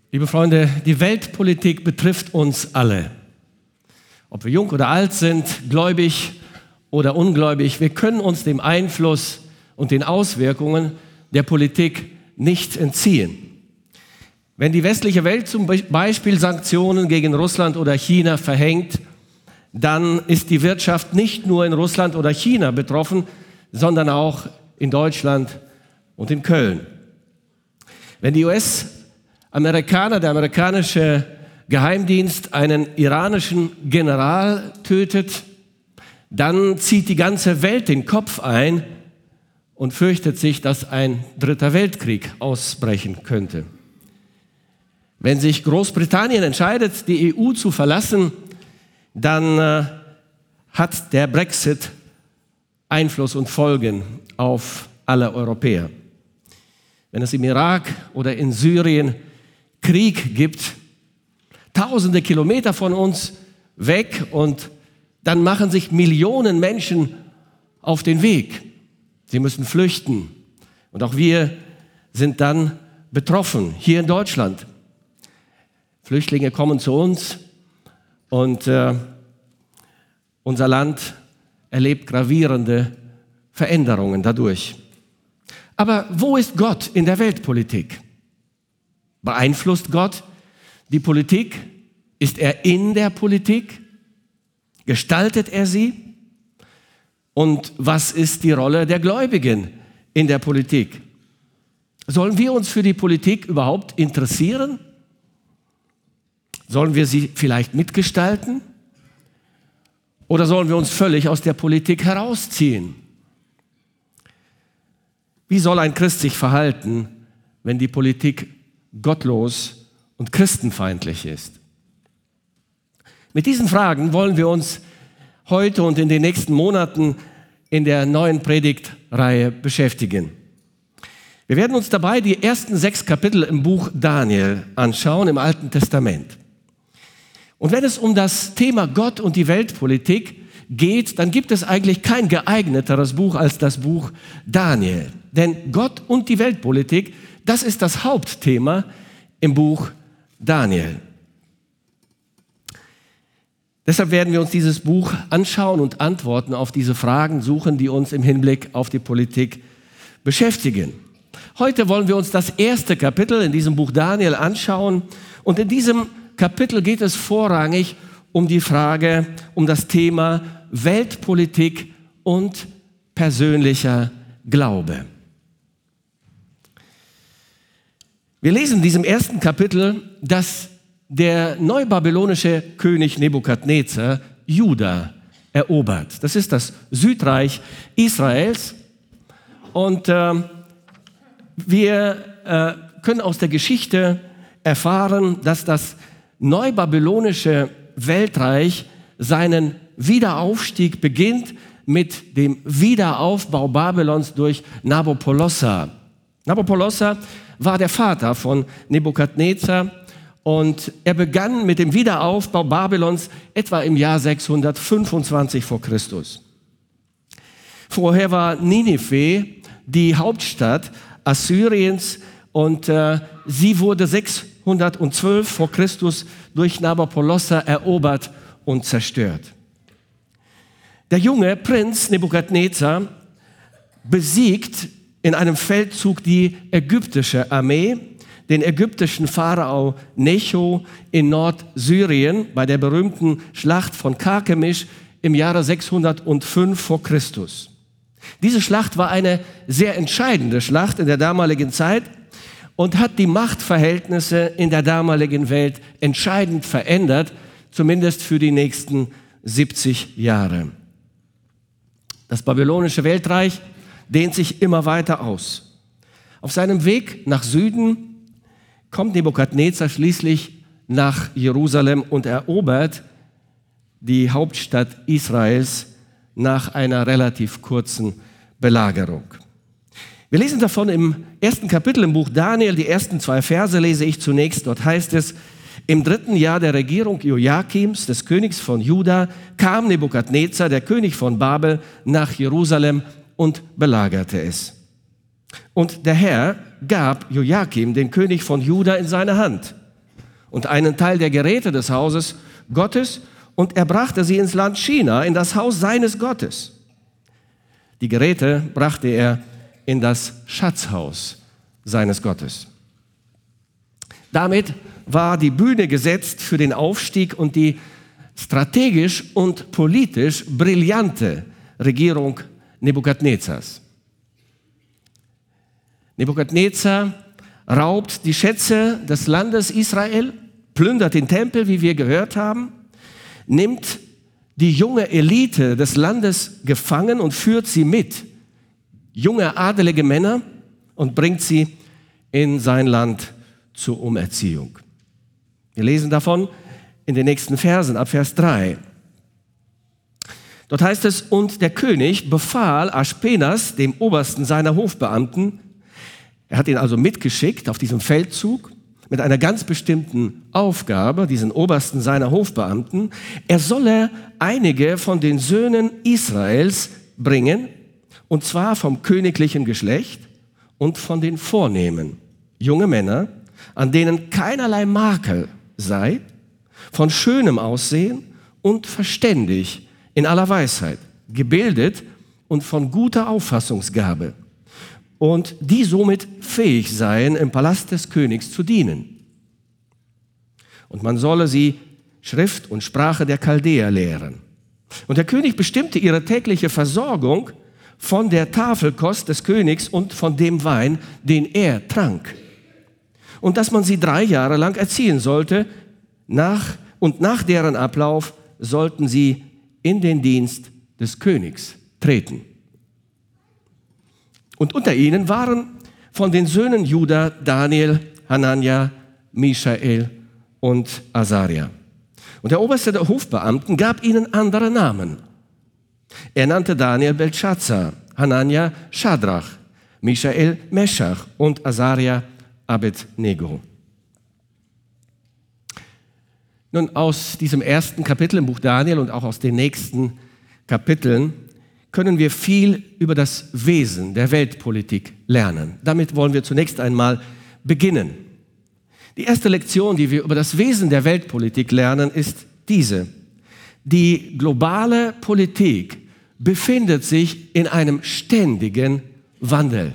Liebe Freunde, die Weltpolitik betrifft uns alle. Ob wir jung oder alt sind, gläubig oder ungläubig, wir können uns dem Einfluss und den Auswirkungen der Politik nicht entziehen. Wenn die westliche Welt zum Beispiel Sanktionen gegen Russland oder China verhängt, dann ist die Wirtschaft nicht nur in Russland oder China betroffen, sondern auch in Deutschland und in Köln. Wenn die US-Amerikaner, der amerikanische Geheimdienst, einen iranischen General tötet, dann zieht die ganze Welt den Kopf ein und fürchtet sich, dass ein dritter Weltkrieg ausbrechen könnte. Wenn sich Großbritannien entscheidet, die EU zu verlassen, dann hat der Brexit Einfluss und Folgen auf alle Europäer. Wenn es im Irak oder in Syrien Krieg gibt, tausende Kilometer von uns weg, und dann machen sich Millionen Menschen auf den Weg. Sie müssen flüchten. Und auch wir sind dann betroffen, hier in Deutschland. Flüchtlinge kommen zu uns und unser Land erlebt gravierende Veränderungen dadurch. Aber wo ist Gott in der Weltpolitik? Beeinflusst Gott die Politik? Ist er in der Politik? Gestaltet er sie? Und was ist die Rolle der Gläubigen in der Politik? Sollen wir uns für die Politik überhaupt interessieren? Sollen wir sie vielleicht mitgestalten? Oder sollen wir uns völlig aus der Politik herausziehen? Wie soll ein Christ sich verhalten, wenn die Politik gottlos und christenfeindlich ist? Mit diesen Fragen wollen wir uns heute und in den nächsten Monaten in der neuen Predigtreihe beschäftigen. Wir werden uns dabei die ersten 6 Kapitel im Buch Daniel anschauen, im Alten Testament. Und wenn es um das Thema Gott und die Weltpolitik geht, dann gibt es eigentlich kein geeigneteres Buch als das Buch Daniel. Denn Gott und die Weltpolitik, das ist das Hauptthema im Buch Daniel. Deshalb werden wir uns dieses Buch anschauen und Antworten auf diese Fragen suchen, die uns im Hinblick auf die Politik beschäftigen. Heute wollen wir uns das erste Kapitel in diesem Buch Daniel anschauen, und in diesem Kapitel geht es vorrangig um die Frage, um das Thema Weltpolitik und persönlicher Glaube. Wir lesen in diesem ersten Kapitel, dass der neubabylonische König Nebukadnezar Juda erobert. Das ist das Südreich Israels. Und wir können aus der Geschichte erfahren, dass das neubabylonische Weltreich seinen Wiederaufstieg beginnt mit dem Wiederaufbau Babylons durch Nabopolassar. Nabopolassar war der Vater von Nebukadnezar, und er begann mit dem Wiederaufbau Babylons etwa im Jahr 625 vor Christus. Vorher war Ninive die Hauptstadt Assyriens, und sie wurde 612 vor Christus durch Nabopolassar erobert und zerstört. Der junge Prinz Nebukadnezar besiegt in einem Feldzug die ägyptische Armee, den ägyptischen Pharao Necho in Nordsyrien bei der berühmten Schlacht von Karkemisch im Jahre 605 vor Christus. Diese Schlacht war eine sehr entscheidende Schlacht in der damaligen Zeit und hat die Machtverhältnisse in der damaligen Welt entscheidend verändert, zumindest für die nächsten 70 Jahre. Das babylonische Weltreich dehnt sich immer weiter aus. Auf seinem Weg nach Süden kommt Nebukadnezar schließlich nach Jerusalem und erobert die Hauptstadt Israels nach einer relativ kurzen Belagerung. Wir lesen davon im ersten Kapitel im Buch Daniel, die ersten 2 Verse lese ich zunächst. Dort heißt es: Im 3. Jahr der Regierung Joachims, des Königs von Juda, kam Nebukadnezar, der König von Babel, nach Jerusalem und belagerte es. Und der Herr gab Joachim, den König von Juda, in seine Hand. und einen Teil der Geräte des Hauses Gottes, und er brachte sie ins Land China, in das Haus seines Gottes. Die Geräte brachte er in das Schatzhaus seines Gottes. Damit war die Bühne gesetzt für den Aufstieg und die strategisch und politisch brillante Regierung Nebukadnezars. Nebukadnezar raubt die Schätze des Landes Israel, plündert den Tempel, wie wir gehört haben, nimmt die junge Elite des Landes gefangen und führt sie mit, junge adelige Männer, und bringt sie in sein Land zur Umerziehung. Wir lesen davon in den nächsten Versen, ab Vers 3. Dort heißt es, und der König befahl Aschpenas, dem Obersten seiner Hofbeamten, er hat ihn also mitgeschickt auf diesem Feldzug mit einer ganz bestimmten Aufgabe, diesen Obersten seiner Hofbeamten, er solle einige von den Söhnen Israels bringen, und zwar vom königlichen Geschlecht und von den Vornehmen, junge Männer, an denen keinerlei Makel sei, von schönem Aussehen und verständig in aller Weisheit, gebildet und von guter Auffassungsgabe, und die somit fähig seien, im Palast des Königs zu dienen. Und man solle sie Schrift und Sprache der Chaldäer lehren. Und der König bestimmte ihre tägliche Versorgung von der Tafelkost des Königs und von dem Wein, den er trank. Und dass man sie 3 Jahre lang erziehen sollte, nach deren Ablauf sollten sie in den Dienst des Königs treten. Und unter ihnen waren von den Söhnen Juda Daniel, Hanania, Michael und Asaria. Und der Oberste der Hofbeamten gab ihnen andere Namen. Er nannte Daniel Belshazzar, Hanania Schadrach, Michael Meschach und Asaria Abednego. Nun, aus diesem ersten Kapitel im Buch Daniel und auch aus den nächsten Kapiteln können wir viel über das Wesen der Weltpolitik lernen. Damit wollen wir zunächst einmal beginnen. Die erste Lektion, die wir über das Wesen der Weltpolitik lernen, ist diese: Die globale Politik befindet sich in einem ständigen Wandel.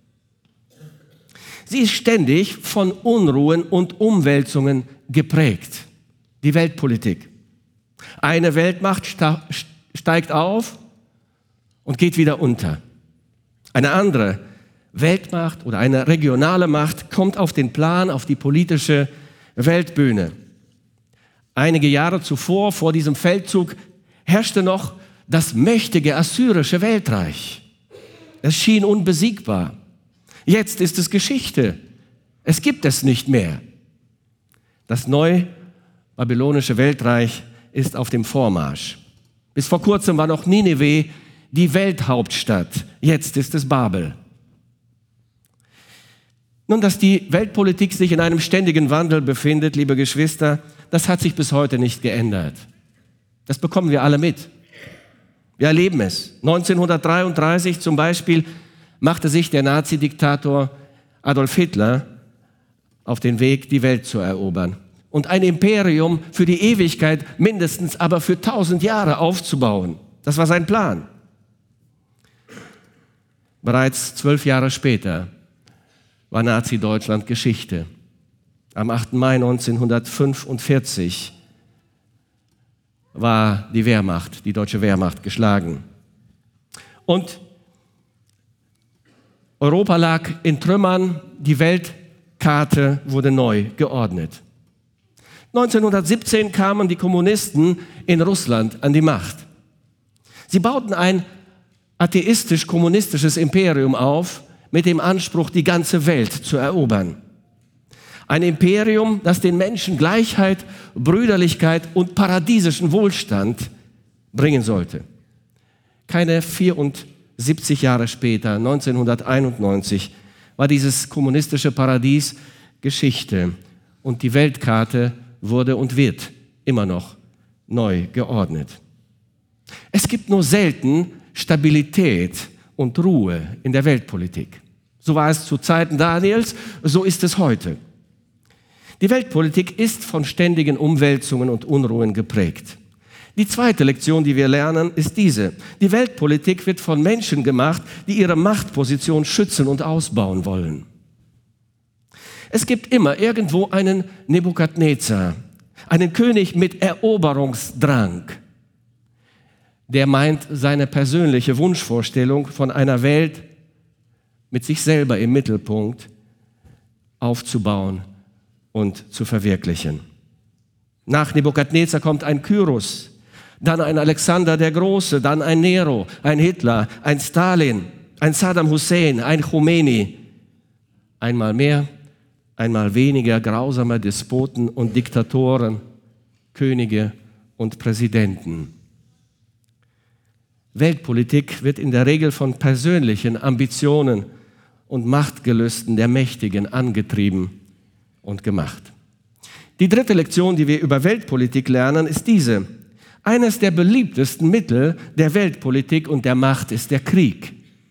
Sie ist ständig von Unruhen und Umwälzungen geprägt. Die Weltpolitik. Eine Weltmacht steigt auf und geht wieder unter. Eine andere Weltmacht oder eine regionale Macht kommt auf den Plan, auf die politische Weltbühne. Einige Jahre zuvor, vor diesem Feldzug, herrschte noch das mächtige assyrische Weltreich. Es schien unbesiegbar. Jetzt ist es Geschichte. Es gibt es nicht mehr. Das neu-babylonische Weltreich ist auf dem Vormarsch. Bis vor kurzem war noch Nineveh die Welthauptstadt. Jetzt ist es Babel. Nun, dass die Weltpolitik sich in einem ständigen Wandel befindet, liebe Geschwister, das hat sich bis heute nicht geändert. Das bekommen wir alle mit. Wir erleben es. 1933 zum Beispiel machte sich der Nazi-Diktator Adolf Hitler auf den Weg, die Welt zu erobern und ein Imperium für die Ewigkeit, mindestens aber für 1000 Jahre aufzubauen. Das war sein Plan. Bereits 12 Jahre später war Nazi-Deutschland Geschichte. Am 8. Mai 1945 war die deutsche Wehrmacht geschlagen. Und Europa lag in Trümmern, die Weltkarte wurde neu geordnet. 1917 kamen die Kommunisten in Russland an die Macht. Sie bauten ein atheistisch-kommunistisches Imperium auf, mit dem Anspruch, die ganze Welt zu erobern. Ein Imperium, das den Menschen Gleichheit, Brüderlichkeit und paradiesischen Wohlstand bringen sollte. Keine 74 Jahre später, 1991, war dieses kommunistische Paradies Geschichte und die Weltkarte wurde und wird immer noch neu geordnet. Es gibt nur selten Stabilität und Ruhe in der Weltpolitik. So war es zu Zeiten Daniels, so ist es heute. Die Weltpolitik ist von ständigen Umwälzungen und Unruhen geprägt. Die zweite Lektion, die wir lernen, ist diese. Die Weltpolitik wird von Menschen gemacht, die ihre Machtposition schützen und ausbauen wollen. Es gibt immer irgendwo einen Nebukadnezar, einen König mit Eroberungsdrang, der meint, seine persönliche Wunschvorstellung von einer Welt mit sich selber im Mittelpunkt aufzubauen und zu verwirklichen. Nach Nebukadnezar kommt ein Kyros, dann ein Alexander der Große, dann ein Nero, ein Hitler, ein Stalin, ein Saddam Hussein, ein Khomeini. Einmal mehr, einmal weniger grausame Despoten und Diktatoren, Könige und Präsidenten. Weltpolitik wird in der Regel von persönlichen Ambitionen und Machtgelüsten der Mächtigen angetrieben und gemacht. Die dritte Lektion, die wir über Weltpolitik lernen, ist diese. Eines der beliebtesten Mittel der Weltpolitik und der Macht ist der Krieg.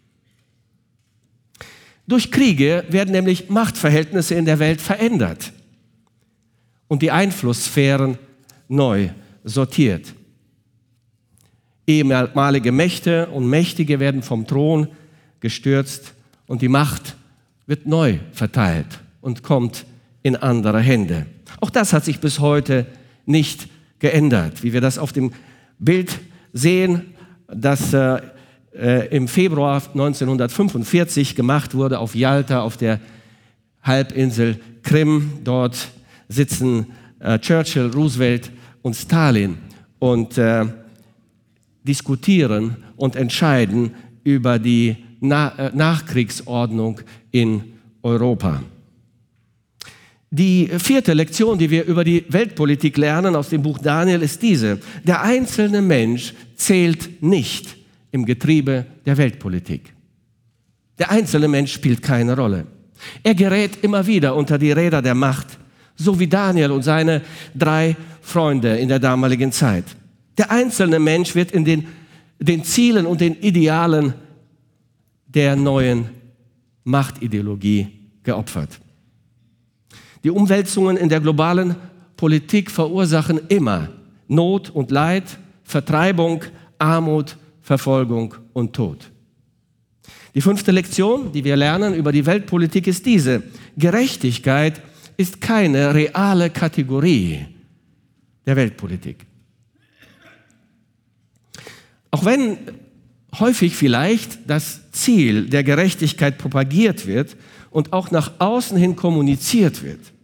Durch Kriege werden nämlich Machtverhältnisse in der Welt verändert und die Einflusssphären neu sortiert. Ehemalige Mächte und Mächtige werden vom Thron gestürzt und die Macht wird neu verteilt und kommt in andere Hände. Auch das hat sich bis heute nicht geändert, wie wir das auf dem Bild sehen, das im Februar 1945 gemacht wurde auf Jalta, auf der Halbinsel Krim. Dort sitzen Churchill, Roosevelt und Stalin und diskutieren und entscheiden über die Nachkriegsordnung in Europa. Die vierte Lektion, die wir über die Weltpolitik lernen aus dem Buch Daniel, ist diese. Der einzelne Mensch zählt nicht im Getriebe der Weltpolitik. Der einzelne Mensch spielt keine Rolle. Er gerät immer wieder unter die Räder der Macht, so wie Daniel und seine 3 Freunde in der damaligen Zeit. Der einzelne Mensch wird in den Zielen und den Idealen der neuen Machtideologie geopfert. Die Umwälzungen in der globalen Politik verursachen immer Not und Leid, Vertreibung, Armut, Verfolgung und Tod. Die 5. Lektion, die wir lernen über die Weltpolitik, ist diese. Gerechtigkeit ist keine reale Kategorie der Weltpolitik. Auch wenn häufig vielleicht das Ziel der Gerechtigkeit propagiert wird und auch nach außen hin kommuniziert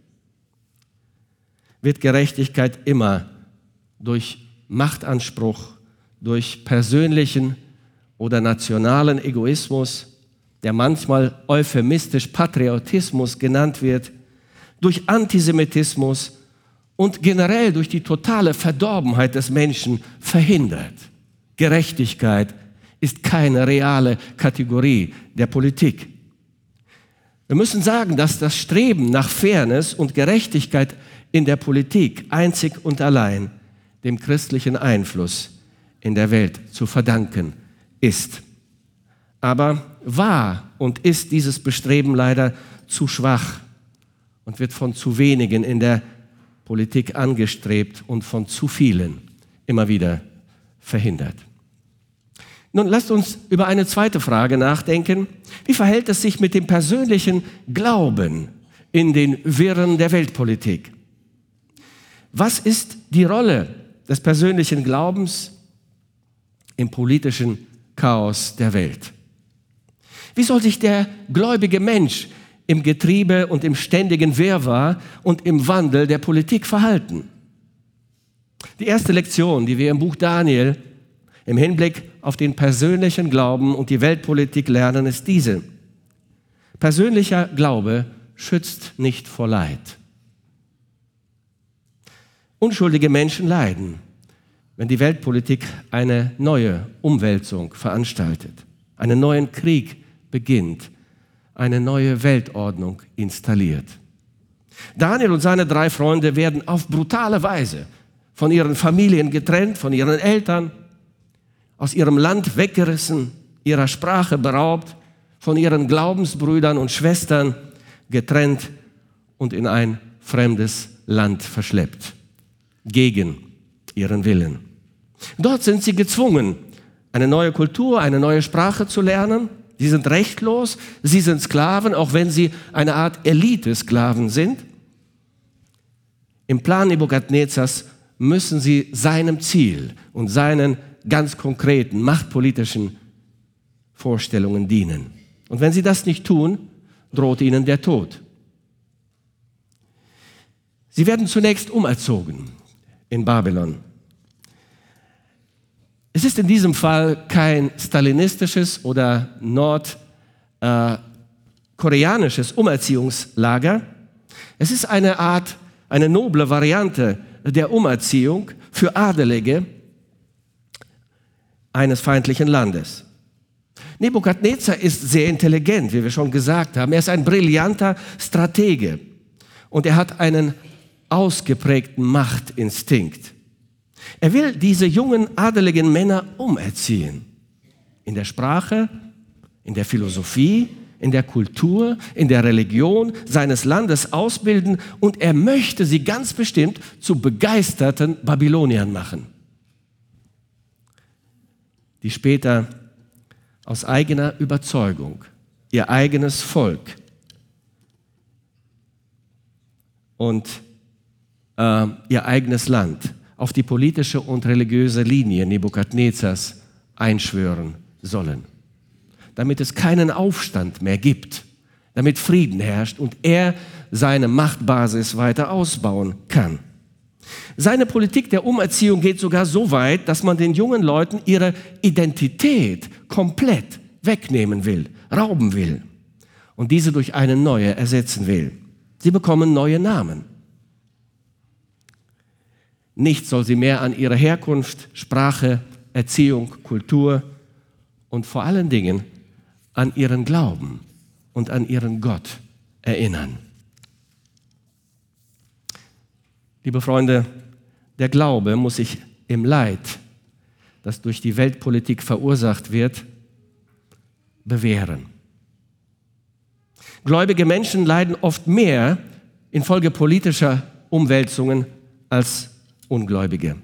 wird Gerechtigkeit immer durch Machtanspruch, durch persönlichen oder nationalen Egoismus, der manchmal euphemistisch Patriotismus genannt wird, durch Antisemitismus und generell durch die totale Verdorbenheit des Menschen verhindert. Gerechtigkeit ist keine reale Kategorie der Politik. Wir müssen sagen, dass das Streben nach Fairness und Gerechtigkeit in der Politik einzig und allein dem christlichen Einfluss in der Welt zu verdanken ist. Aber war und ist dieses Bestreben leider zu schwach und wird von zu wenigen in der Politik angestrebt und von zu vielen immer wieder verhindert. Nun lasst uns über eine zweite Frage nachdenken. Wie verhält es sich mit dem persönlichen Glauben in den Wirren der Weltpolitik? Was ist die Rolle des persönlichen Glaubens im politischen Chaos der Welt? Wie soll sich der gläubige Mensch im Getriebe und im ständigen Wirrwarr und im Wandel der Politik verhalten? Die erste Lektion, die wir im Buch Daniel im Hinblick auf den persönlichen Glauben und die Weltpolitik lernen, ist diese. Persönlicher Glaube schützt nicht vor Leid. Unschuldige Menschen leiden, wenn die Weltpolitik eine neue Umwälzung veranstaltet, einen neuen Krieg beginnt, eine neue Weltordnung installiert. Daniel und seine 3 Freunde werden auf brutale Weise von ihren Familien getrennt, von ihren Eltern, aus ihrem Land weggerissen, ihrer Sprache beraubt, von ihren Glaubensbrüdern und Schwestern getrennt und in ein fremdes Land verschleppt, gegen ihren Willen. Dort sind sie gezwungen, eine neue Kultur, eine neue Sprache zu lernen. Sie sind rechtlos, sie sind Sklaven, auch wenn sie eine Art Elite-Sklaven sind. Im Plan Nebukadnezars müssen sie seinem Ziel und seinen ganz konkreten machtpolitischen Vorstellungen dienen. Und wenn sie das nicht tun, droht ihnen der Tod. Sie werden zunächst umerzogen in Babylon. Es ist in diesem Fall kein stalinistisches oder nordkoreanisches Umerziehungslager. Es ist eine noble Variante der Umerziehung für Adelige eines feindlichen Landes. Nebukadnezar ist sehr intelligent, wie wir schon gesagt haben. Er ist ein brillanter Stratege und er hat einen ausgeprägten Machtinstinkt. Er will diese jungen adeligen Männer umerziehen. In der Sprache, in der Philosophie, in der Kultur, in der Religion seines Landes ausbilden und er möchte sie ganz bestimmt zu begeisterten Babyloniern machen, die später aus eigener Überzeugung ihr eigenes Volk und ihr eigenes Land auf die politische und religiöse Linie Nebukadnezars einschwören sollen, damit es keinen Aufstand mehr gibt, damit Frieden herrscht und er seine Machtbasis weiter ausbauen kann. Seine Politik der Umerziehung geht sogar so weit, dass man den jungen Leuten ihre Identität komplett wegnehmen will, rauben will und diese durch eine neue ersetzen will. Sie bekommen neue Namen. Nichts soll sie mehr an ihre Herkunft, Sprache, Erziehung, Kultur und vor allen Dingen an ihren Glauben und an ihren Gott erinnern. Liebe Freunde, der Glaube muss sich im Leid, das durch die Weltpolitik verursacht wird, bewähren. Gläubige Menschen leiden oft mehr infolge politischer Umwälzungen als Ungläubige.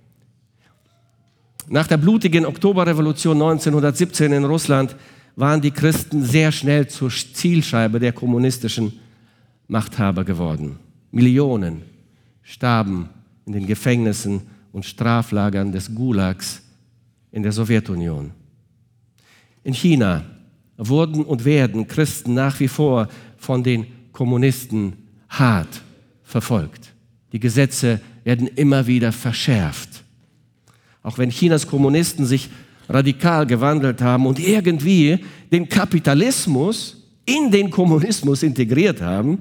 Nach der blutigen Oktoberrevolution 1917 in Russland waren die Christen sehr schnell zur Zielscheibe der kommunistischen Machthaber geworden. Millionen starben in den Gefängnissen und Straflagern des Gulags in der Sowjetunion. In China wurden und werden Christen nach wie vor von den Kommunisten hart verfolgt. Die Gesetze werden immer wieder verschärft. Auch wenn Chinas Kommunisten sich radikal gewandelt haben und irgendwie den Kapitalismus in den Kommunismus integriert haben,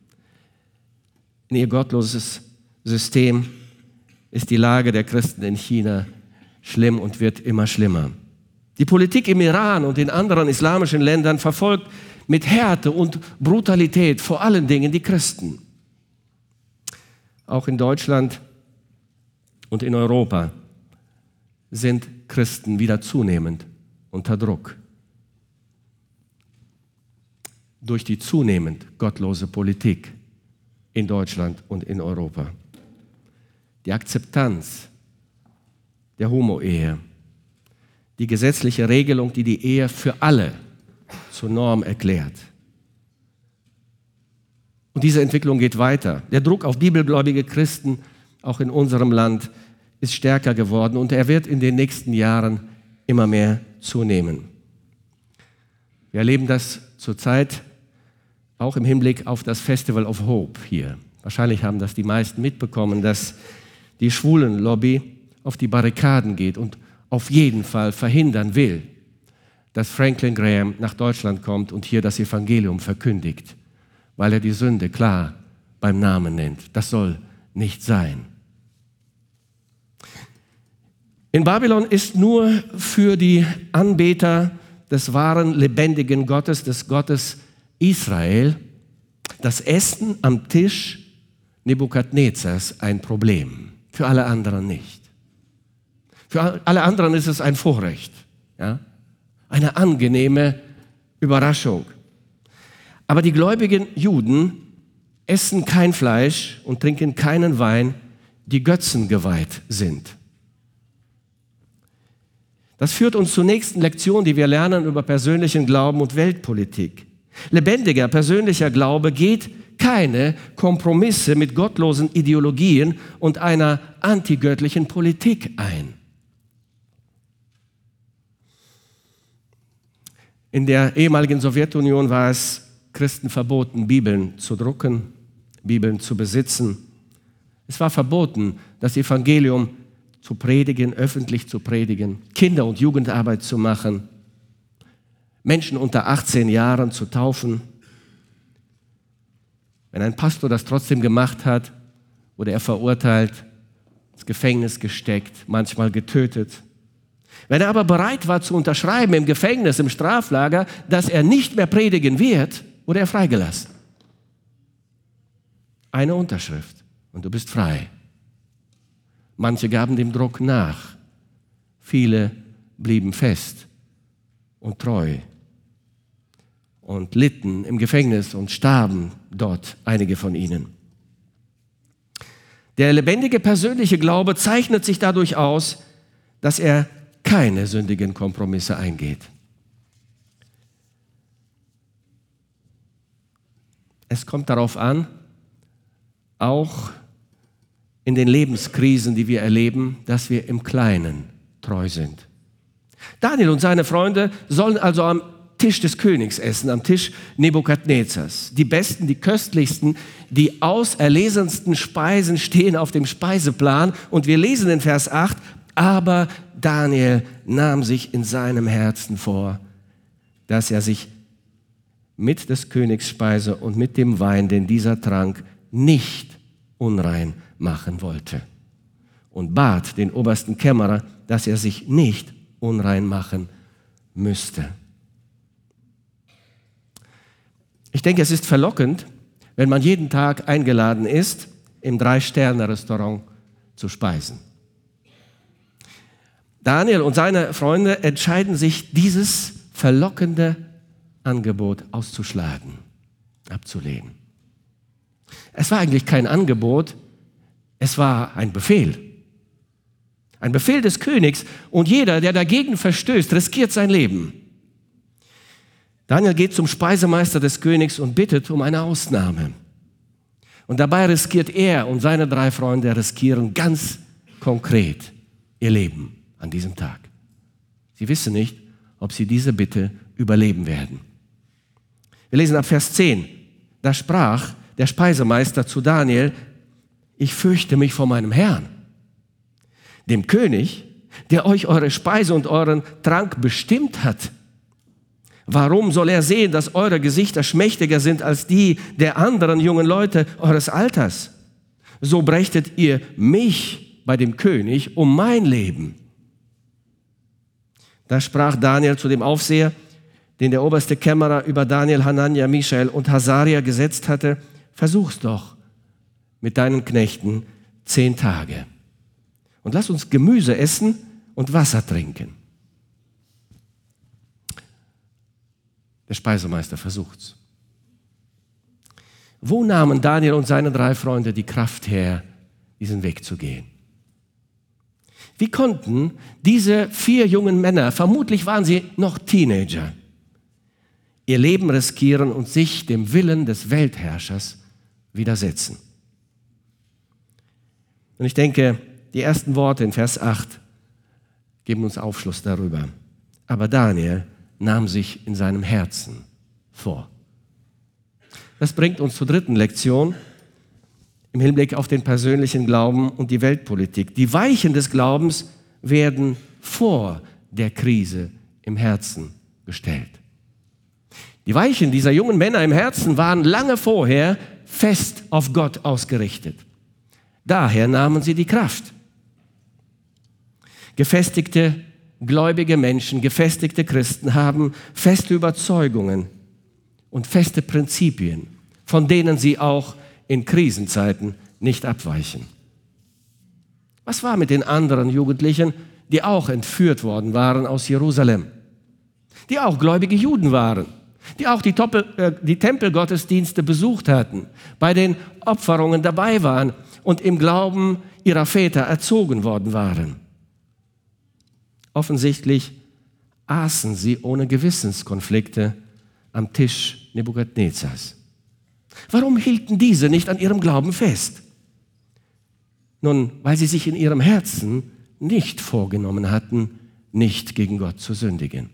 in ihr gottloses System ist die Lage der Christen in China schlimm und wird immer schlimmer. Die Politik im Iran und in anderen islamischen Ländern verfolgt mit Härte und Brutalität vor allen Dingen die Christen. Auch in Deutschland und in Europa sind Christen wieder zunehmend unter Druck. Durch die zunehmend gottlose Politik in Deutschland und in Europa. Die Akzeptanz der Homo-Ehe, die gesetzliche Regelung, die die Ehe für alle zur Norm erklärt. Und diese Entwicklung geht weiter. Der Druck auf bibelgläubige Christen, auch in unserem Land, ist stärker geworden und er wird in den nächsten Jahren immer mehr zunehmen. Wir erleben das zurzeit auch im Hinblick auf das Festival of Hope hier. Wahrscheinlich haben das die meisten mitbekommen, dass die Schwulenlobby auf die Barrikaden geht und auf jeden Fall verhindern will, dass Franklin Graham nach Deutschland kommt und hier das Evangelium verkündigt, weil er die Sünde klar beim Namen nennt. Das soll nicht sein. In Babylon ist nur für die Anbeter des wahren, lebendigen Gottes, des Gottes Israel, das Essen am Tisch Nebukadnezars ein Problem. Für alle anderen nicht. Für alle anderen ist es ein Vorrecht, ja? Eine angenehme Überraschung. Aber die gläubigen Juden essen kein Fleisch und trinken keinen Wein, die Götzen geweiht sind. Das führt uns zur nächsten Lektion, die wir lernen über persönlichen Glauben und Weltpolitik. Lebendiger persönlicher Glaube geht keine Kompromisse mit gottlosen Ideologien und einer antigöttlichen Politik ein. In der ehemaligen Sowjetunion war es Christen verboten, Bibeln zu drucken, Bibeln zu besitzen. Es war verboten, das Evangelium zu predigen, öffentlich zu predigen, Kinder- und Jugendarbeit zu machen, Menschen unter 18 Jahren zu taufen. Wenn ein Pastor das trotzdem gemacht hat, wurde er verurteilt, ins Gefängnis gesteckt, manchmal getötet. Wenn er aber bereit war zu unterschreiben im Gefängnis, im Straflager, dass er nicht mehr predigen wird, wurde er freigelassen. Eine Unterschrift und du bist frei. Manche gaben dem Druck nach. Viele blieben fest und treu und litten im Gefängnis und starben dort, einige von ihnen. Der lebendige persönliche Glaube zeichnet sich dadurch aus, dass er keine sündigen Kompromisse eingeht. Es kommt darauf an, auch in den Lebenskrisen, die wir erleben, dass wir im Kleinen treu sind. Daniel und seine Freunde sollen also am Tisch des Königs essen, am Tisch Nebukadnezars. Die besten, die köstlichsten, die auserlesensten Speisen stehen auf dem Speiseplan. Und wir lesen in Vers 8, aber Daniel nahm sich in seinem Herzen vor, dass er sich mit des Königs Speise und mit dem Wein, den dieser trank, nicht unrein machen wollte. Und bat den obersten Kämmerer, dass er sich nicht unrein machen müsste. Ich denke, es ist verlockend, wenn man jeden Tag eingeladen ist, im 3-Sterne-Restaurant zu speisen. Daniel und seine Freunde entscheiden sich, dieses verlockende Angebot auszuschlagen, abzulehnen. Es war eigentlich kein Angebot, es war ein Befehl. Ein Befehl des Königs und jeder, der dagegen verstößt, riskiert sein Leben. Daniel geht zum Speisemeister des Königs und bittet um eine Ausnahme. Und dabei riskiert er und seine 3 Freunde riskieren ganz konkret ihr Leben an diesem Tag. Sie wissen nicht, ob sie diese Bitte überleben werden. Wir lesen ab Vers 10. Da sprach der Speisemeister zu Daniel: Ich fürchte mich vor meinem Herrn, dem König, der euch eure Speise und euren Trank bestimmt hat. Warum soll er sehen, dass eure Gesichter schmächtiger sind als die der anderen jungen Leute eures Alters? So brächtet ihr mich bei dem König um mein Leben. Da sprach Daniel zu dem Aufseher, den der oberste Kämmerer über Daniel, Hanania, Michael und Hasaria gesetzt hatte: Versuch's doch mit deinen Knechten 10 Tage. Und lass uns Gemüse essen und Wasser trinken. Der Speisemeister versucht's. Wo nahmen Daniel und seine 3 Freunde die Kraft her, diesen Weg zu gehen? Wie konnten diese 4 jungen Männer, vermutlich waren sie noch Teenager, ihr Leben riskieren und sich dem Willen des Weltherrschers widersetzen? Und ich denke, die ersten Worte in Vers 8 geben uns Aufschluss darüber. Aber Daniel nahm sich in seinem Herzen vor. Das bringt uns zur 3. Lektion im Hinblick auf den persönlichen Glauben und die Weltpolitik. Die Weichen des Glaubens werden vor der Krise im Herzen gestellt. Die Weichen dieser jungen Männer im Herzen waren lange vorher fest auf Gott ausgerichtet. Daher nahmen sie die Kraft. Gefestigte, gläubige Menschen, gefestigte Christen haben feste Überzeugungen und feste Prinzipien, von denen sie auch in Krisenzeiten nicht abweichen. Was war mit den anderen Jugendlichen, die auch entführt worden waren aus Jerusalem? Die auch gläubige Juden waren, die auch die Tempelgottesdienste besucht hatten, bei den Opferungen dabei waren und im Glauben ihrer Väter erzogen worden waren. Offensichtlich aßen sie ohne Gewissenskonflikte am Tisch Nebukadnezars. Warum hielten diese nicht an ihrem Glauben fest? Nun, weil sie sich in ihrem Herzen nicht vorgenommen hatten, nicht gegen Gott zu sündigen.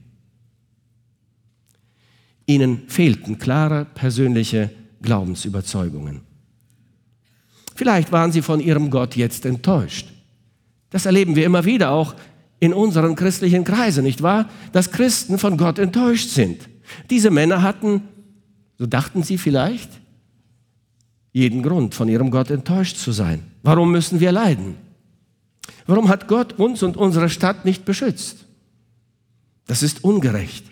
Ihnen fehlten klare persönliche Glaubensüberzeugungen. Vielleicht waren sie von ihrem Gott jetzt enttäuscht. Das erleben wir immer wieder, auch in unseren christlichen Kreisen, nicht wahr? Dass Christen von Gott enttäuscht sind. Diese Männer hatten, so dachten sie vielleicht, jeden Grund, von ihrem Gott enttäuscht zu sein. Warum müssen wir leiden? Warum hat Gott uns und unsere Stadt nicht beschützt? Das ist ungerecht.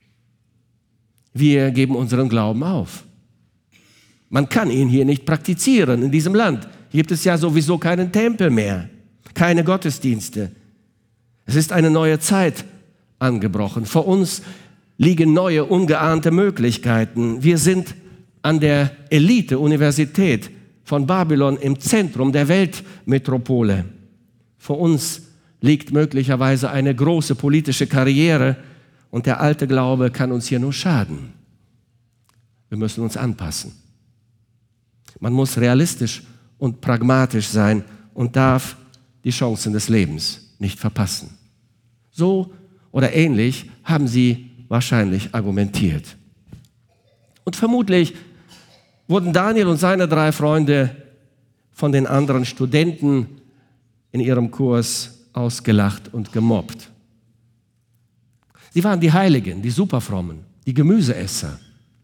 Wir geben unseren Glauben auf. Man kann ihn hier nicht praktizieren in diesem Land. Hier gibt es ja sowieso keinen Tempel mehr, keine Gottesdienste. Es ist eine neue Zeit angebrochen. Vor uns liegen neue, ungeahnte Möglichkeiten. Wir sind an der Elite-Universität von Babylon im Zentrum der Weltmetropole. Vor uns liegt möglicherweise eine große politische Karriere und der alte Glaube kann uns hier nur schaden. Wir müssen uns anpassen. Man muss realistisch und pragmatisch sein und darf die Chancen des Lebens nicht verpassen. So oder ähnlich haben sie wahrscheinlich argumentiert. Und vermutlich wurden Daniel und seine 3 Freunde von den anderen Studenten in ihrem Kurs ausgelacht und gemobbt. Sie waren die Heiligen, die Superfrommen, die Gemüseesser.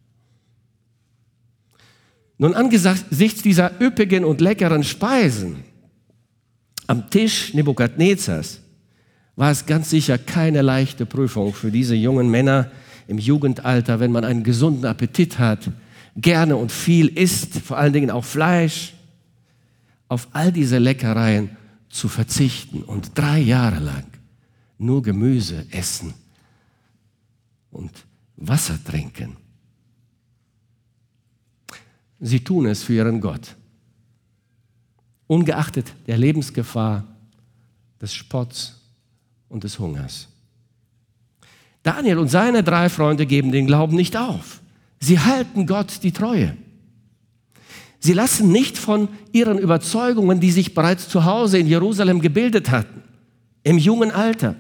Nun, angesichts dieser üppigen und leckeren Speisen am Tisch Nebukadnezars war es ganz sicher keine leichte Prüfung für diese jungen Männer im Jugendalter, wenn man einen gesunden Appetit hat, gerne und viel isst, vor allen Dingen auch Fleisch, auf all diese Leckereien zu verzichten und 3 Jahre lang nur Gemüse essen und Wasser trinken. Sie tun es für ihren Gott. Ungeachtet der Lebensgefahr, des Spotts und des Hungers. Daniel und seine 3 Freunde geben den Glauben nicht auf. Sie halten Gott die Treue. Sie lassen nicht von ihren Überzeugungen, die sich bereits zu Hause in Jerusalem gebildet hatten, im jungen Alter.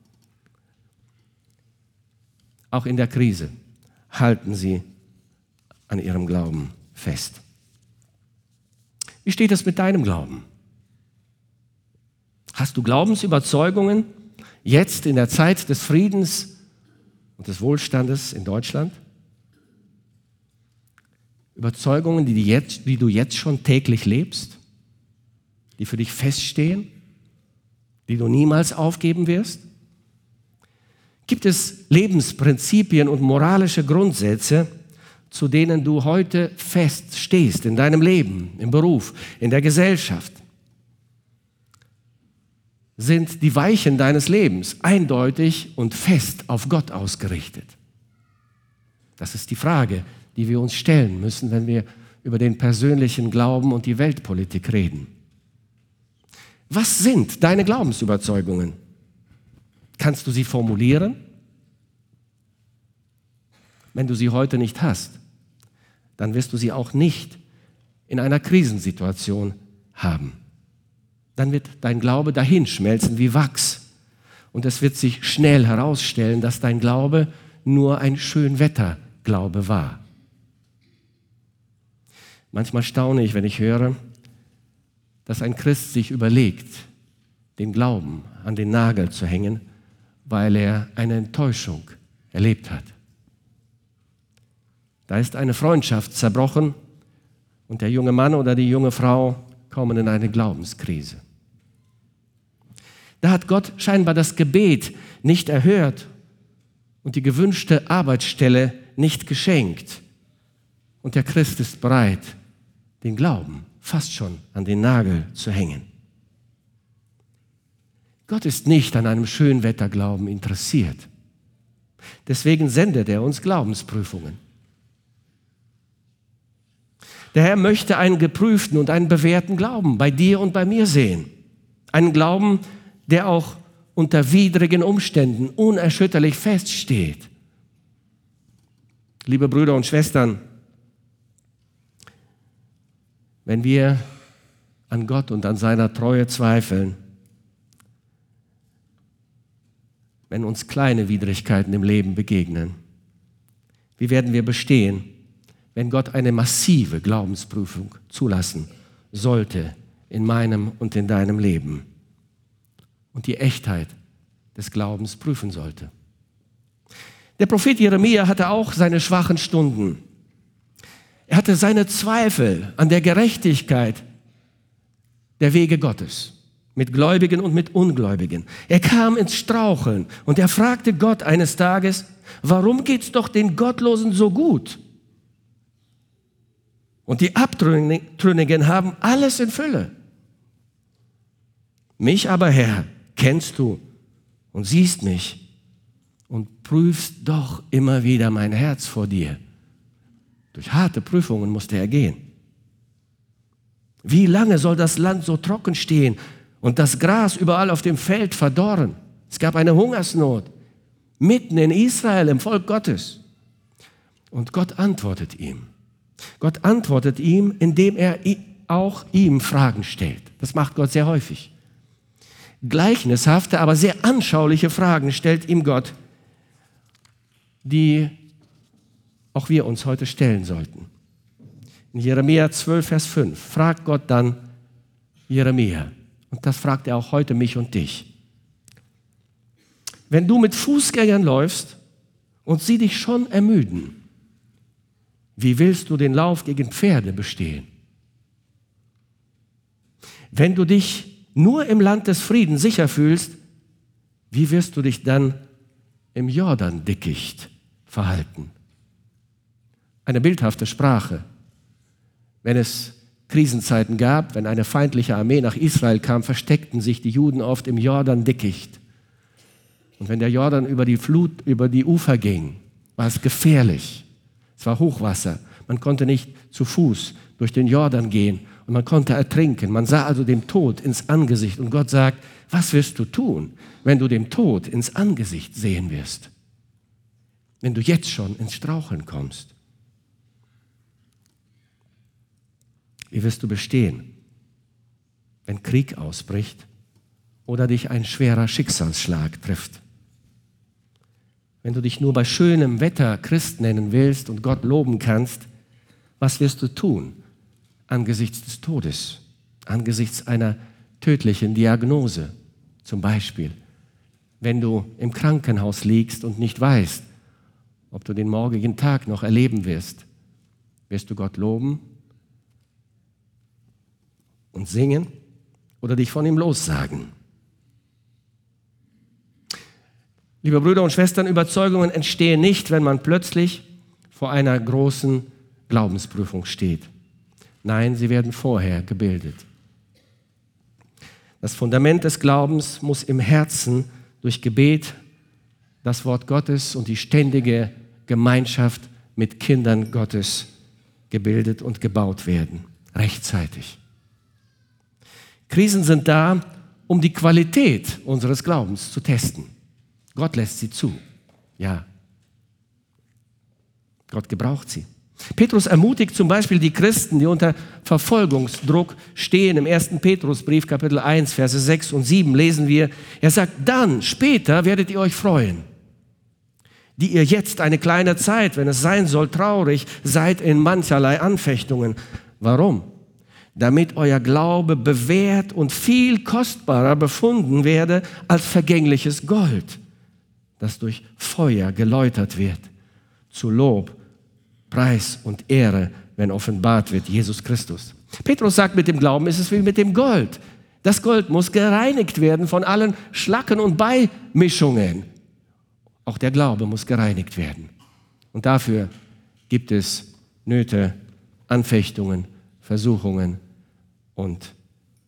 Auch in der Krise halten sie an ihrem Glauben fest. Wie steht es mit deinem Glauben? Hast du Glaubensüberzeugungen jetzt in der Zeit des Friedens und des Wohlstandes in Deutschland? Überzeugungen, die du jetzt schon täglich lebst, die für dich feststehen, die du niemals aufgeben wirst? Gibt es Lebensprinzipien und moralische Grundsätze, zu denen du heute feststehst in deinem Leben, im Beruf, in der Gesellschaft? Sind die Weichen deines Lebens eindeutig und fest auf Gott ausgerichtet? Das ist die Frage, die wir uns stellen müssen, wenn wir über den persönlichen Glauben und die Weltpolitik reden. Was sind deine Glaubensüberzeugungen? Kannst du sie formulieren? Wenn du sie heute nicht hast, dann wirst du sie auch nicht in einer Krisensituation haben. Dann wird dein Glaube dahinschmelzen wie Wachs. Und es wird sich schnell herausstellen, dass dein Glaube nur ein Schönwetterglaube war. Manchmal staune ich, wenn ich höre, dass ein Christ sich überlegt, den Glauben an den Nagel zu hängen, weil er eine Enttäuschung erlebt hat. Da ist eine Freundschaft zerbrochen und der junge Mann oder die junge Frau kommen in eine Glaubenskrise. Da hat Gott scheinbar das Gebet nicht erhört und die gewünschte Arbeitsstelle nicht geschenkt. Und der Christ ist bereit, den Glauben fast schon an den Nagel zu hängen. Gott ist nicht an einem Schönwetterglauben interessiert. Deswegen sendet er uns Glaubensprüfungen. Der Herr möchte einen geprüften und einen bewährten Glauben bei dir und bei mir sehen. Einen Glauben, der auch unter widrigen Umständen unerschütterlich feststeht. Liebe Brüder und Schwestern, wenn wir an Gott und an seiner Treue zweifeln, wenn uns kleine Widrigkeiten im Leben begegnen, wie werden wir bestehen, wenn Gott eine massive Glaubensprüfung zulassen sollte in meinem und in deinem Leben und die Echtheit des Glaubens prüfen sollte? Der Prophet Jeremia hatte auch seine schwachen Stunden. Er hatte seine Zweifel an der Gerechtigkeit der Wege Gottes, mit Gläubigen und mit Ungläubigen. Er kam ins Straucheln und er fragte Gott eines Tages, warum geht's doch den Gottlosen so gut? Und die Abtrünnigen haben alles in Fülle. Mich aber, Herr, kennst du und siehst mich und prüfst doch immer wieder mein Herz vor dir. Durch harte Prüfungen musste er gehen. Wie lange soll das Land so trocken stehen und das Gras überall auf dem Feld verdorren? Es gab eine Hungersnot mitten in Israel, im Volk Gottes. Und Gott antwortet ihm. Gott antwortet ihm, indem er auch ihm Fragen stellt. Das macht Gott sehr häufig. Gleichnishafte, aber sehr anschauliche Fragen stellt ihm Gott, die auch wir uns heute stellen sollten. In Jeremia 12, Vers 5 fragt Gott dann Jeremia, und das fragt er auch heute mich und dich. Wenn du mit Fußgängern läufst und sie dich schon ermüden, wie willst du den Lauf gegen Pferde bestehen? Wenn du dich nur im Land des Friedens sicher fühlst, wie wirst du dich dann im Jordan-Dickicht verhalten? Eine bildhafte Sprache. Wenn es Krisenzeiten gab, wenn eine feindliche Armee nach Israel kam, versteckten sich die Juden oft im Jordan-Dickicht. Und wenn der Jordan über die Flut, über die Ufer ging, war es gefährlich. Es war Hochwasser. Man konnte nicht zu Fuß durch den Jordan gehen und man konnte ertrinken. Man sah also dem Tod ins Angesicht. Und Gott sagt, was wirst du tun, wenn du dem Tod ins Angesicht sehen wirst? Wenn du jetzt schon ins Straucheln kommst. Wie wirst du bestehen, wenn Krieg ausbricht oder dich ein schwerer Schicksalsschlag trifft? Wenn du dich nur bei schönem Wetter Christ nennen willst und Gott loben kannst, was wirst du tun angesichts des Todes, angesichts einer tödlichen Diagnose zum Beispiel? Wenn du im Krankenhaus liegst und nicht weißt, ob du den morgigen Tag noch erleben wirst, wirst du Gott loben und singen oder dich von ihm lossagen? Liebe Brüder und Schwestern, Überzeugungen entstehen nicht, wenn man plötzlich vor einer großen Glaubensprüfung steht. Nein, sie werden vorher gebildet. Das Fundament des Glaubens muss im Herzen durch Gebet, das Wort Gottes und die ständige Gemeinschaft mit Kindern Gottes gebildet und gebaut werden, rechtzeitig. Krisen sind da, um die Qualität unseres Glaubens zu testen. Gott lässt sie zu. Ja. Gott gebraucht sie. Petrus ermutigt zum Beispiel die Christen, die unter Verfolgungsdruck stehen. Im 1. Petrusbrief, Kapitel 1, Verse 6 und 7 lesen wir, er sagt, dann, später werdet ihr euch freuen, die ihr jetzt eine kleine Zeit, wenn es sein soll, traurig seid in mancherlei Anfechtungen. Warum? Damit euer Glaube bewährt und viel kostbarer befunden werde als vergängliches Gold, das durch Feuer geläutert wird, zu Lob, Preis und Ehre, wenn offenbart wird Jesus Christus. Petrus sagt, mit dem Glauben ist es wie mit dem Gold. Das Gold muss gereinigt werden von allen Schlacken und Beimischungen. Auch der Glaube muss gereinigt werden. Und dafür gibt es Nöte, Anfechtungen, Versuchungen und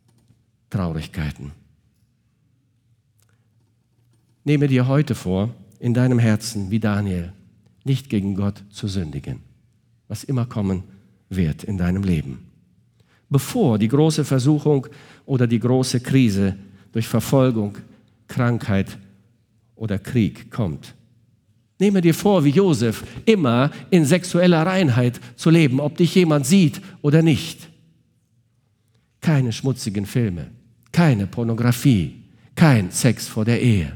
Traurigkeiten. Nehme dir heute vor, in deinem Herzen, wie Daniel, nicht gegen Gott zu sündigen, was immer kommen wird in deinem Leben. Bevor die große Versuchung oder die große Krise durch Verfolgung, Krankheit oder Krieg kommt. Nehme dir vor, wie Josef, immer in sexueller Reinheit zu leben, ob dich jemand sieht oder nicht. Keine schmutzigen Filme, keine Pornografie, kein Sex vor der Ehe.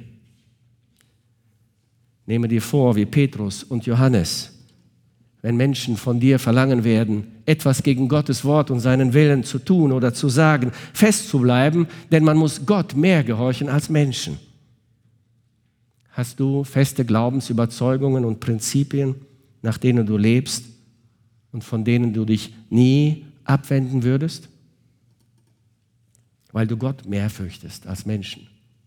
Nehme dir vor, wie Petrus und Johannes, wenn Menschen von dir verlangen werden, etwas gegen Gottes Wort und seinen Willen zu tun oder zu sagen, festzubleiben, denn man muss Gott mehr gehorchen als Menschen. Hast du feste Glaubensüberzeugungen und Prinzipien, nach denen du lebst und von denen du dich nie abwenden würdest? Weil du Gott mehr fürchtest als Menschen.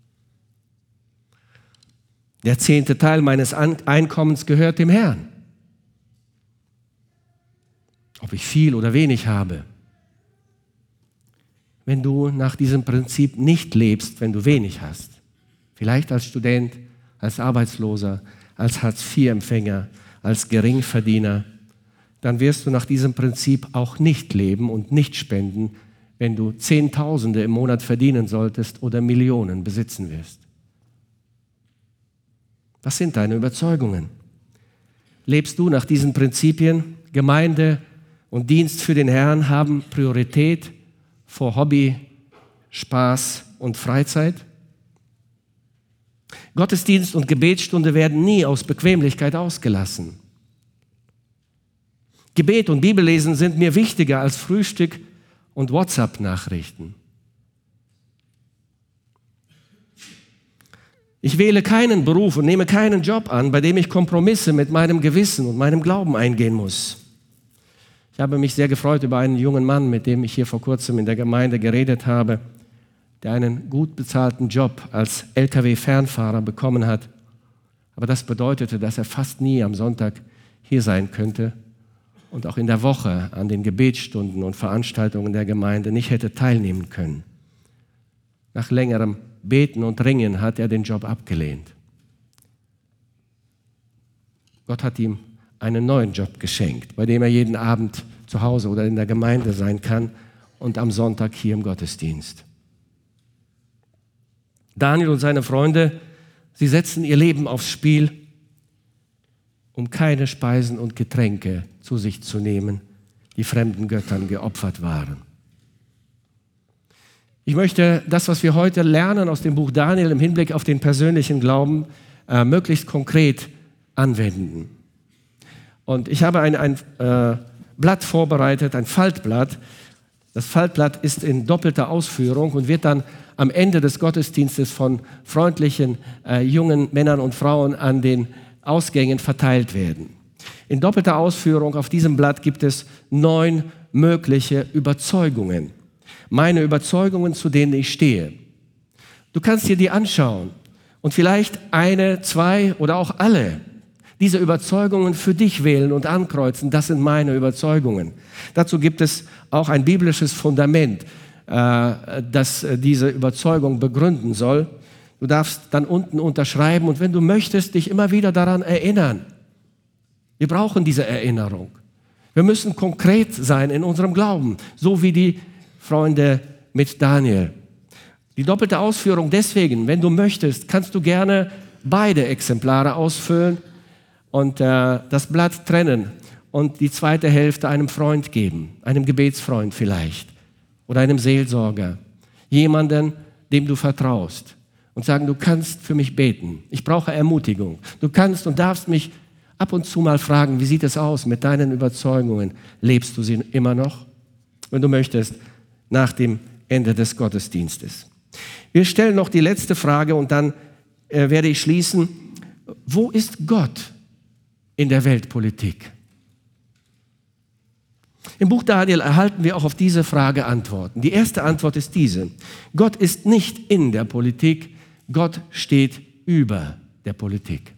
Der 10. Teil meines Einkommens gehört dem Herrn. Ob ich viel oder wenig habe. Wenn du nach diesem Prinzip nicht lebst, wenn du wenig hast, vielleicht als Student, als Arbeitsloser, als Hartz-IV-Empfänger, als Geringverdiener, dann wirst du nach diesem Prinzip auch nicht leben und nicht spenden, wenn du Zehntausende im Monat verdienen solltest oder Millionen besitzen wirst. Was sind deine Überzeugungen? Lebst du nach diesen Prinzipien? Gemeinde und Dienst für den Herrn haben Priorität vor Hobby, Spaß und Freizeit? Gottesdienst und Gebetsstunde werden nie aus Bequemlichkeit ausgelassen. Gebet und Bibellesen sind mir wichtiger als Frühstück und WhatsApp-Nachrichten. Ich wähle keinen Beruf und nehme keinen Job an, bei dem ich Kompromisse mit meinem Gewissen und meinem Glauben eingehen muss. Ich habe mich sehr gefreut über einen jungen Mann, mit dem ich hier vor kurzem in der Gemeinde geredet habe, der einen gut bezahlten Job als LKW-Fernfahrer bekommen hat. Aber das bedeutete, dass er fast nie am Sonntag hier sein könnte und auch in der Woche an den Gebetsstunden und Veranstaltungen der Gemeinde nicht hätte teilnehmen können. Nach längerem Beten und Ringen hat er den Job abgelehnt. Gott hat ihm einen neuen Job geschenkt, bei dem er jeden Abend zu Hause oder in der Gemeinde sein kann und am Sonntag hier im Gottesdienst. Daniel und seine Freunde, sie setzen ihr Leben aufs Spiel, um keine Speisen und Getränke zu sich zu nehmen, die fremden Göttern geopfert waren. Ich möchte das, was wir heute lernen aus dem Buch Daniel im Hinblick auf den persönlichen Glauben, möglichst konkret anwenden. Und ich habe ein Blatt vorbereitet, ein Faltblatt. Das Faltblatt ist in doppelter Ausführung und wird dann am Ende des Gottesdienstes von freundlichen jungen Männern und Frauen an den Ausgängen verteilt werden. In doppelter Ausführung auf diesem Blatt gibt es 9 mögliche Überzeugungen. Meine Überzeugungen, zu denen ich stehe. Du kannst dir die anschauen und vielleicht eine, 2 oder auch alle diese Überzeugungen für dich wählen und ankreuzen. Das sind meine Überzeugungen. Dazu gibt es auch ein biblisches Fundament, das diese Überzeugung begründen soll. Du darfst dann unten unterschreiben und wenn du möchtest, dich immer wieder daran erinnern. Wir brauchen diese Erinnerung. Wir müssen konkret sein in unserem Glauben, so wie die Freunde mit Daniel. Die doppelte Ausführung deswegen, wenn du möchtest, kannst du gerne beide Exemplare ausfüllen und das Blatt trennen und die zweite Hälfte einem Freund geben, einem Gebetsfreund vielleicht oder einem Seelsorger, jemanden, dem du vertraust und sagen, du kannst für mich beten, ich brauche Ermutigung. Du kannst und darfst mich ab und zu mal fragen, wie sieht es aus mit deinen Überzeugungen? Lebst du sie immer noch? Wenn du möchtest, nach dem Ende des Gottesdienstes. Wir stellen noch die letzte Frage und dann werde ich schließen. Wo ist Gott in der Weltpolitik? Im Buch Daniel erhalten wir auch auf diese Frage Antworten. Die erste Antwort ist diese: Gott ist nicht in der Politik, Gott steht über der Politik.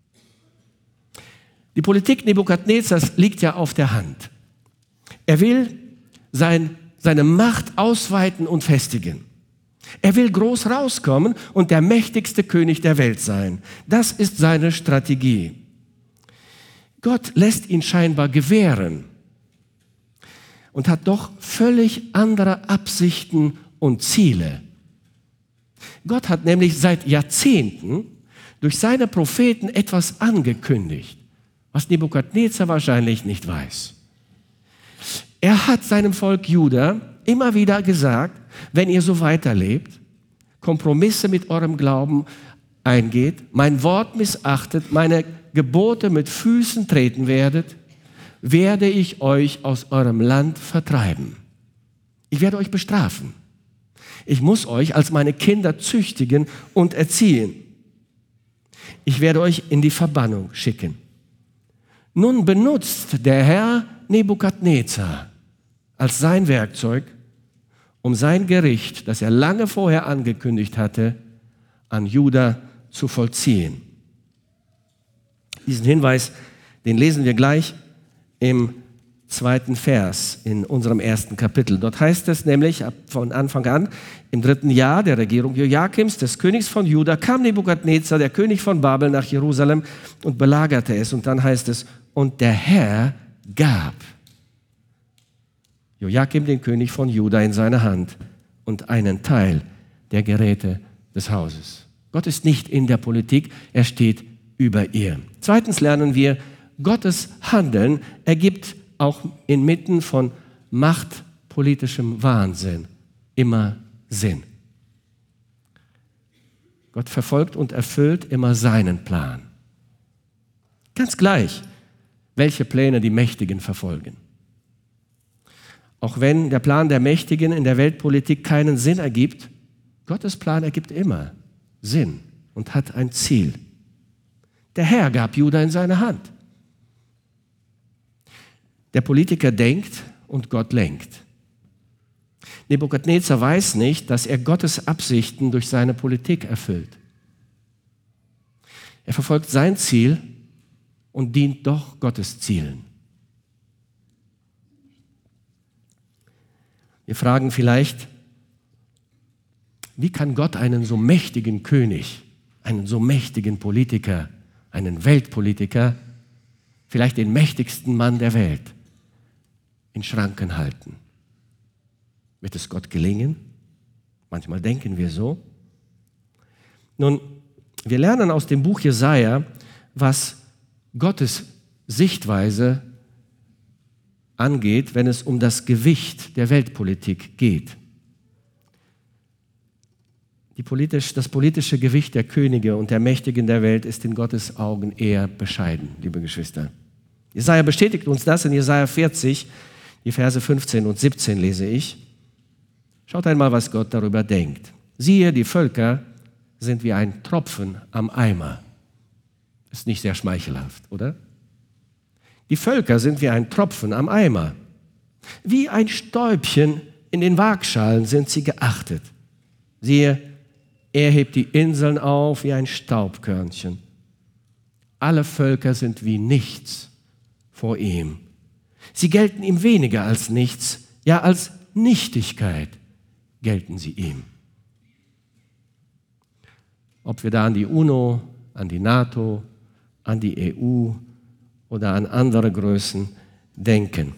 Die Politik Nebukadnezars liegt ja auf der Hand. Er will seine Macht ausweiten und festigen. Er will groß rauskommen und der mächtigste König der Welt sein. Das ist seine Strategie. Gott lässt ihn scheinbar gewähren und hat doch völlig andere Absichten und Ziele. Gott hat nämlich seit Jahrzehnten durch seine Propheten etwas angekündigt, was Nebukadnezar wahrscheinlich nicht weiß. Er hat seinem Volk Juda immer wieder gesagt, wenn ihr so weiterlebt, Kompromisse mit eurem Glauben eingeht, mein Wort missachtet, meine Gebote mit Füßen treten werdet, werde ich euch aus eurem Land vertreiben. Ich werde euch bestrafen. Ich muss euch als meine Kinder züchtigen und erziehen. Ich werde euch in die Verbannung schicken. Nun benutzt der Herr Nebukadnezar als sein Werkzeug, um sein Gericht, das er lange vorher angekündigt hatte, an Juda zu vollziehen. Diesen Hinweis, den lesen wir gleich im 2. Vers in unserem 1. Kapitel. Dort heißt es nämlich von Anfang an, im 3. Jahr der Regierung Joachims, des Königs von Juda, kam Nebukadnezar, der König von Babel, nach Jerusalem und belagerte es. Und dann heißt es, und der Herr gab Joachim, den König von Juda, in seine Hand und einen Teil der Geräte des Hauses. Gott ist nicht in der Politik, er steht über ihr. Zweitens lernen wir, Gottes Handeln ergibt auch inmitten von machtpolitischem Wahnsinn immer Sinn. Gott verfolgt und erfüllt immer seinen Plan. Ganz gleich, welche Pläne die Mächtigen verfolgen. Auch wenn der Plan der Mächtigen in der Weltpolitik keinen Sinn ergibt, Gottes Plan ergibt immer Sinn und hat ein Ziel. Der Herr gab Juda in seine Hand. Der Politiker denkt und Gott lenkt. Nebukadnezar weiß nicht, dass er Gottes Absichten durch seine Politik erfüllt. Er verfolgt sein Ziel und dient doch Gottes Zielen. Wir fragen vielleicht, wie kann Gott einen so mächtigen König, einen so mächtigen Politiker, einen Weltpolitiker, vielleicht den mächtigsten Mann der Welt, in Schranken halten? Wird es Gott gelingen? Manchmal denken wir so. Nun, wir lernen aus dem Buch Jesaja, was Gottes Sichtweise angeht, wenn es um das Gewicht der Weltpolitik geht. Das politische Gewicht der Könige und der Mächtigen der Welt ist in Gottes Augen eher bescheiden, liebe Geschwister. Jesaja bestätigt uns das in Jesaja 40, die Verse 15 und 17 lese ich. Schaut einmal, was Gott darüber denkt. Siehe, die Völker sind wie ein Tropfen am Eimer. Ist nicht sehr schmeichelhaft, oder? Die Völker sind wie ein Tropfen am Eimer. Wie ein Stäubchen in den Waagschalen sind sie geachtet. Siehe, er hebt die Inseln auf wie ein Staubkörnchen. Alle Völker sind wie nichts vor ihm. Sie gelten ihm weniger als nichts, ja als Nichtigkeit gelten sie ihm. Ob wir da an die UNO, an die NATO, an die EU oder an andere Größen denken.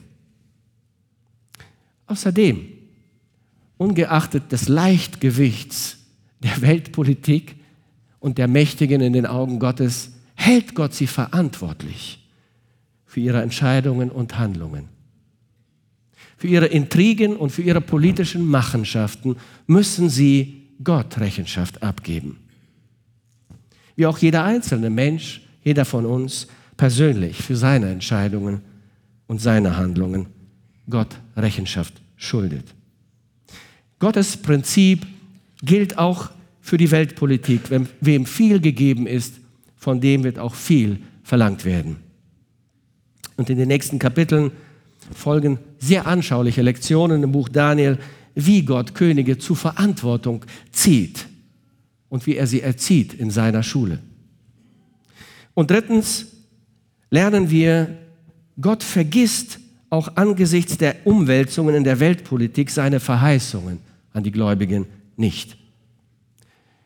Außerdem, ungeachtet des Leichtgewichts der Weltpolitik und der Mächtigen in den Augen Gottes, hält Gott sie verantwortlich für ihre Entscheidungen und Handlungen. Für ihre Intrigen und für ihre politischen Machenschaften müssen sie Gott Rechenschaft abgeben. Wie auch jeder einzelne Mensch, jeder von uns persönlich für seine Entscheidungen und seine Handlungen Gott Rechenschaft schuldet. Gottes Prinzip gilt auch für die Weltpolitik. Wem viel gegeben ist, von dem wird auch viel verlangt werden. Und in den nächsten Kapiteln folgen sehr anschauliche Lektionen im Buch Daniel, wie Gott Könige zur Verantwortung zieht und wie er sie erzieht in seiner Schule. Und drittens lernen wir, Gott vergisst auch angesichts der Umwälzungen in der Weltpolitik seine Verheißungen an die Gläubigen nicht.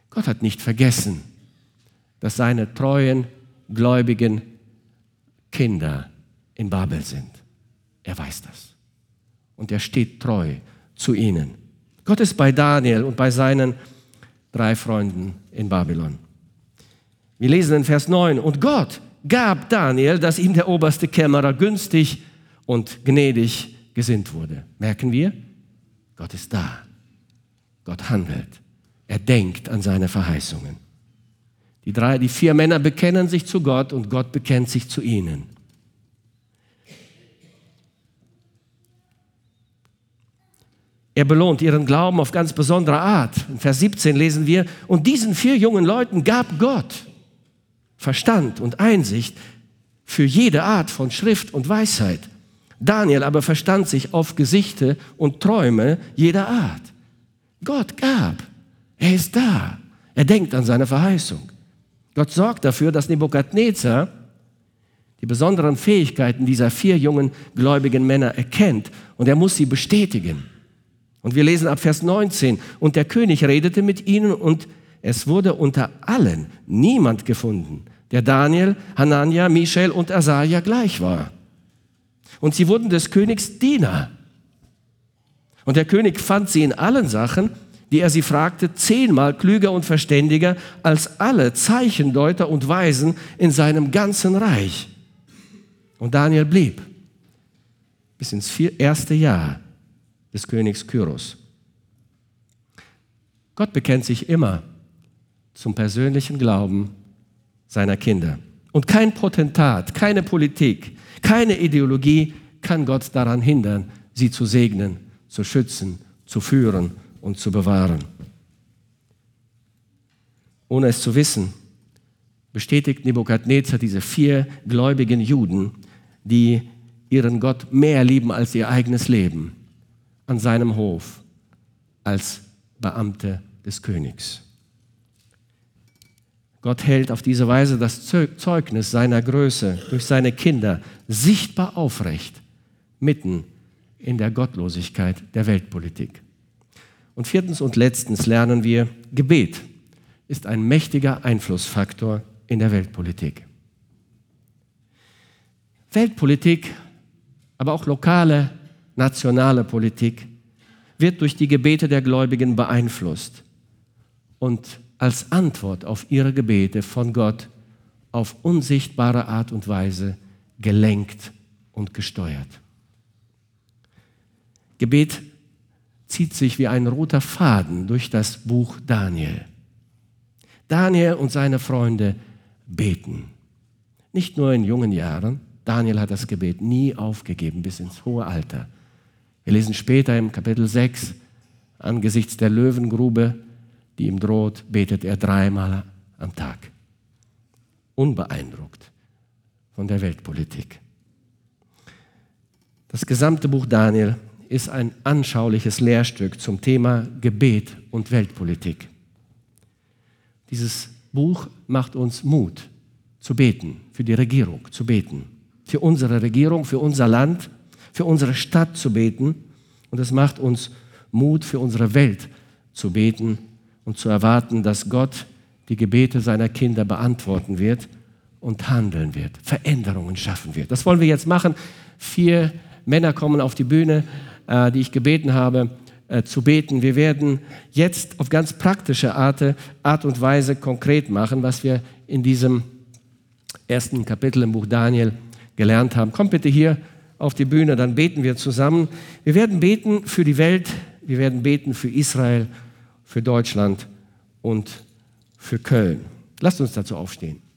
Gott hat nicht vergessen, dass seine treuen, gläubigen Kinder in Babel sind. Er weiß das. Und er steht treu zu ihnen. Gott ist bei Daniel und bei seinen 3 Freunden in Babylon. Wir lesen in Vers 9, und Gott gab Daniel, dass ihm der oberste Kämmerer günstig und gnädig gesinnt wurde. Merken wir? Gott ist da. Gott handelt. Er denkt an seine Verheißungen. Die 4 Männer bekennen sich zu Gott und Gott bekennt sich zu ihnen. Er belohnt ihren Glauben auf ganz besondere Art. In Vers 17 lesen wir, und diesen 4 jungen Leuten gab Gott Verstand und Einsicht für jede Art von Schrift und Weisheit. Daniel aber verstand sich auf Gesichte und Träume jeder Art. Gott gab. Er ist da. Er denkt an seine Verheißung. Gott sorgt dafür, dass Nebukadnezar die besonderen Fähigkeiten dieser 4 jungen gläubigen Männer erkennt und er muss sie bestätigen. Und wir lesen ab Vers 19, und der König redete mit ihnen und es wurde unter allen niemand gefunden, der Daniel, Hanania, Michael und Asaja gleich war. Und sie wurden des Königs Diener. Und der König fand sie in allen Sachen, die er sie fragte, 10-mal klüger und verständiger als alle Zeichendeuter und Weisen in seinem ganzen Reich. Und Daniel blieb bis ins 1. Jahr des Königs Kyros. Gott bekennt sich immer zum persönlichen Glauben seiner Kinder. Und kein Potentat, keine Politik, keine Ideologie kann Gott daran hindern, sie zu segnen, zu schützen, zu führen und zu bewahren. Ohne es zu wissen, bestätigt Nebukadnezar diese 4 gläubigen Juden, die ihren Gott mehr lieben als ihr eigenes Leben, an seinem Hof als Beamte des Königs. Gott hält auf diese Weise das Zeugnis seiner Größe durch seine Kinder sichtbar aufrecht, mitten in der Gottlosigkeit der Weltpolitik. Und 4. und letztens lernen wir, Gebet ist ein mächtiger Einflussfaktor in der Weltpolitik. Weltpolitik, aber auch lokale, nationale Politik wird durch die Gebete der Gläubigen beeinflusst und als Antwort auf ihre Gebete von Gott auf unsichtbare Art und Weise gelenkt und gesteuert. Gebet zieht sich wie ein roter Faden durch das Buch Daniel. Daniel und seine Freunde beten. Nicht nur in jungen Jahren. Daniel hat das Gebet nie aufgegeben bis ins hohe Alter. Wir lesen später im Kapitel 6, angesichts der Löwengrube, die ihm droht, betet er 3-mal am Tag. Unbeeindruckt von der Weltpolitik. Das gesamte Buch Daniel ist ein anschauliches Lehrstück zum Thema Gebet und Weltpolitik. Dieses Buch macht uns Mut zu beten, für die Regierung zu beten, für unsere Regierung, für unser Land, für unsere Stadt zu beten. Und es macht uns Mut, für unsere Welt zu beten und zu erwarten, dass Gott die Gebete seiner Kinder beantworten wird und handeln wird, Veränderungen schaffen wird. Das wollen wir jetzt machen. 4 Männer kommen auf die Bühne, die ich gebeten habe, zu beten. Wir werden jetzt auf ganz praktische Art und Weise konkret machen, was wir in diesem 1. Kapitel im Buch Daniel gelernt haben. Kommt bitte hier auf die Bühne, dann beten wir zusammen. Wir werden beten für die Welt, wir werden beten für Israel, für Deutschland und für Köln. Lasst uns dazu aufstehen.